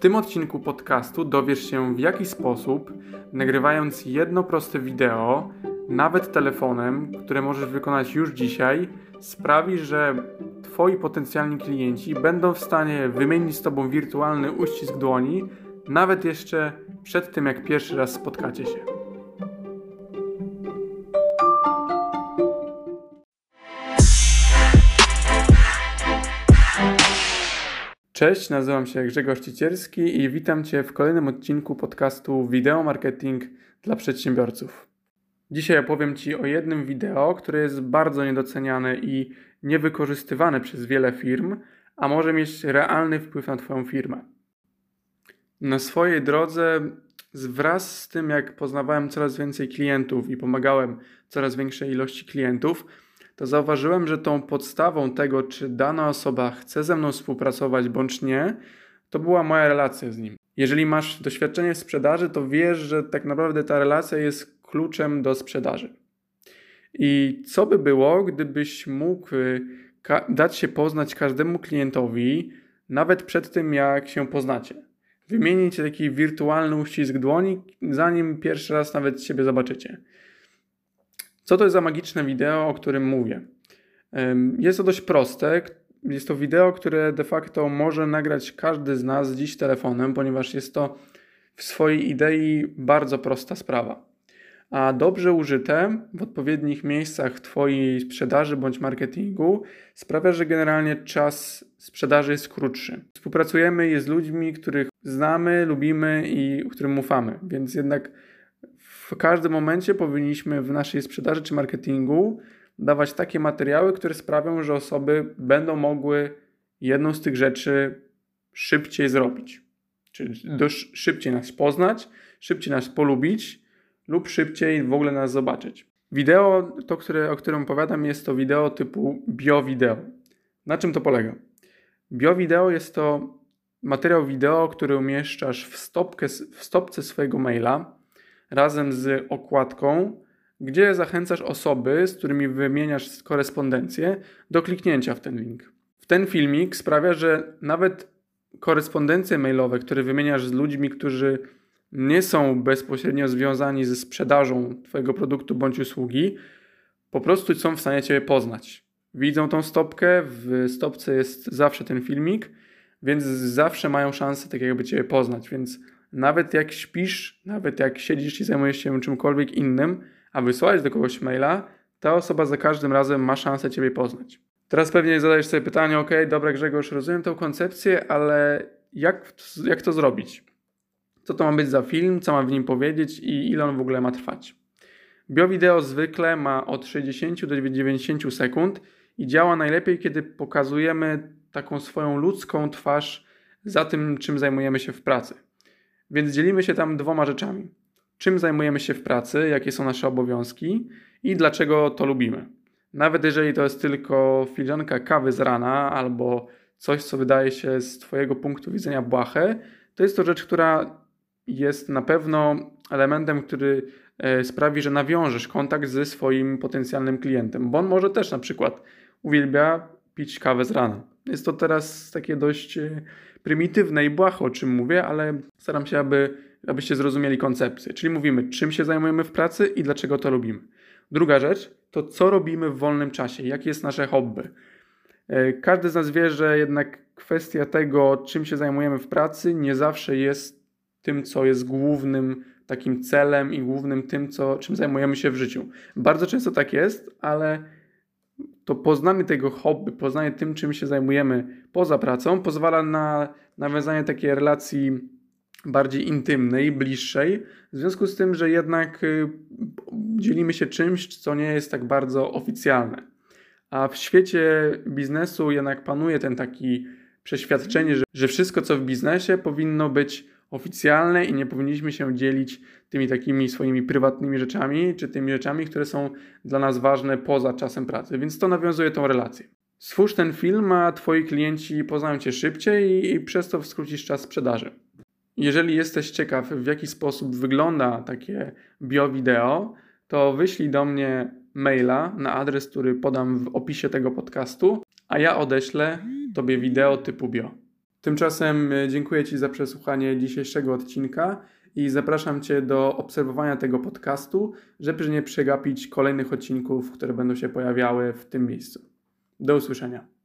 tym odcinku podcastu dowiesz się, w jaki sposób, nagrywając jedno proste wideo, nawet telefonem, które możesz wykonać już dzisiaj, sprawi, że Twoi potencjalni klienci będą w stanie wymienić z Tobą wirtualny uścisk dłoni, nawet jeszcze przed tym, jak pierwszy raz spotkacie się. Cześć, nazywam się Grzegorz Cicierski i witam Cię w kolejnym odcinku podcastu Wideo Marketing dla Przedsiębiorców. Dzisiaj opowiem Ci o jednym wideo, które jest bardzo niedoceniane i niewykorzystywane przez wiele firm, a może mieć realny wpływ na Twoją firmę. Na swojej drodze, wraz z tym jak poznawałem coraz więcej klientów i pomagałem coraz większej ilości klientów, to zauważyłem, że tą podstawą tego, czy dana osoba chce ze mną współpracować bądź nie, to była moja relacja z nim. Jeżeli masz doświadczenie w sprzedaży, to wiesz, że tak naprawdę ta relacja jest kluczem do sprzedaży. I co by było, gdybyś mógł dać się poznać każdemu klientowi, nawet przed tym, jak się poznacie? Wymienić taki wirtualny uścisk dłoni, zanim pierwszy raz nawet siebie zobaczycie. Co to jest za magiczne wideo, o którym mówię? Jest to dość proste. Jest to wideo, które de facto może nagrać każdy z nas dziś telefonem, ponieważ jest to w swojej idei bardzo prosta sprawa. A dobrze użyte w odpowiednich miejscach w Twojej sprzedaży bądź marketingu sprawia, że generalnie czas sprzedaży jest krótszy. Współpracujemy z ludźmi, których znamy, lubimy i którym ufamy, więc jednak w każdym momencie powinniśmy w naszej sprzedaży czy marketingu dawać takie materiały, które sprawią, że osoby będą mogły jedną z tych rzeczy szybciej zrobić. Czyli szybciej nas poznać, szybciej nas polubić lub szybciej w ogóle nas zobaczyć. Wideo, o którym opowiadam, jest to wideo typu bio-wideo. Na czym to polega? Bio-wideo jest to materiał wideo, który umieszczasz w stopce swojego maila razem z okładką, gdzie zachęcasz osoby, z którymi wymieniasz korespondencję, do kliknięcia w ten link. Ten filmik sprawia, że nawet korespondencje mailowe, które wymieniasz z ludźmi, którzy nie są bezpośrednio związani ze sprzedażą Twojego produktu bądź usługi, po prostu są w stanie Ciebie poznać. Widzą tą stopkę, w stopce jest zawsze ten filmik, więc zawsze mają szansę tak jakby Ciebie poznać, więc nawet jak śpisz, nawet jak siedzisz i zajmujesz się czymkolwiek innym, a wysłałeś do kogoś maila, ta osoba za każdym razem ma szansę Ciebie poznać. Teraz pewnie zadajesz sobie pytanie, dobra Grzegorz, rozumiem tę koncepcję, ale jak to zrobić? Co to ma być za film, co ma w nim powiedzieć i ile on w ogóle ma trwać? Bio-wideo zwykle ma od 60 do 90 sekund i działa najlepiej, kiedy pokazujemy taką swoją ludzką twarz za tym, czym zajmujemy się w pracy. Więc dzielimy się tam dwoma rzeczami. Czym zajmujemy się w pracy, jakie są nasze obowiązki i dlaczego to lubimy. Nawet jeżeli to jest tylko filiżanka kawy z rana albo coś, co wydaje się z Twojego punktu widzenia błahe, to jest to rzecz, która jest na pewno elementem, który sprawi, że nawiążesz kontakt ze swoim potencjalnym klientem, bo on może też na przykład uwielbia pić kawę z rana. Jest to teraz takie dość prymitywne i błahe, o czym mówię, ale staram się, abyście zrozumieli koncepcję. Czyli mówimy, czym się zajmujemy w pracy i dlaczego to lubimy. Druga rzecz to co robimy w wolnym czasie, jakie jest nasze hobby. Każdy z nas wie, że jednak kwestia tego, czym się zajmujemy w pracy, nie zawsze jest tym, co jest głównym takim celem i głównym tym, czym zajmujemy się w życiu. Bardzo często tak jest, ale to poznanie tego hobby, poznanie tym, czym się zajmujemy poza pracą, pozwala na nawiązanie takiej relacji bardziej intymnej, bliższej, w związku z tym, że jednak dzielimy się czymś, co nie jest tak bardzo oficjalne. A w świecie biznesu jednak panuje ten taki przeświadczenie, że wszystko, co w biznesie, powinno być oficjalne i nie powinniśmy się dzielić tymi takimi swoimi prywatnymi rzeczami, czy tymi rzeczami, które są dla nas ważne poza czasem pracy. Więc to nawiązuje tą relację. Stwórz ten film, a Twoi klienci poznają Cię szybciej i przez to skrócisz czas sprzedaży. Jeżeli jesteś ciekaw, w jaki sposób wygląda takie bio-wideo, to wyślij do mnie maila na adres, który podam w opisie tego podcastu, a ja odeślę Tobie wideo typu bio. Tymczasem dziękuję Ci za przesłuchanie dzisiejszego odcinka i zapraszam Cię do obserwowania tego podcastu, żeby nie przegapić kolejnych odcinków, które będą się pojawiały w tym miejscu. Do usłyszenia.